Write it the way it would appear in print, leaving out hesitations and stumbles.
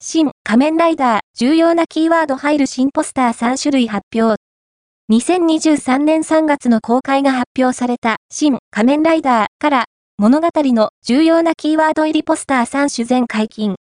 新仮面ライダー重要なキーワード入る新ポスター3種類発表。2023年3月の公開が発表された新仮面ライダーから物語の重要なキーワード入りポスター3種全解禁。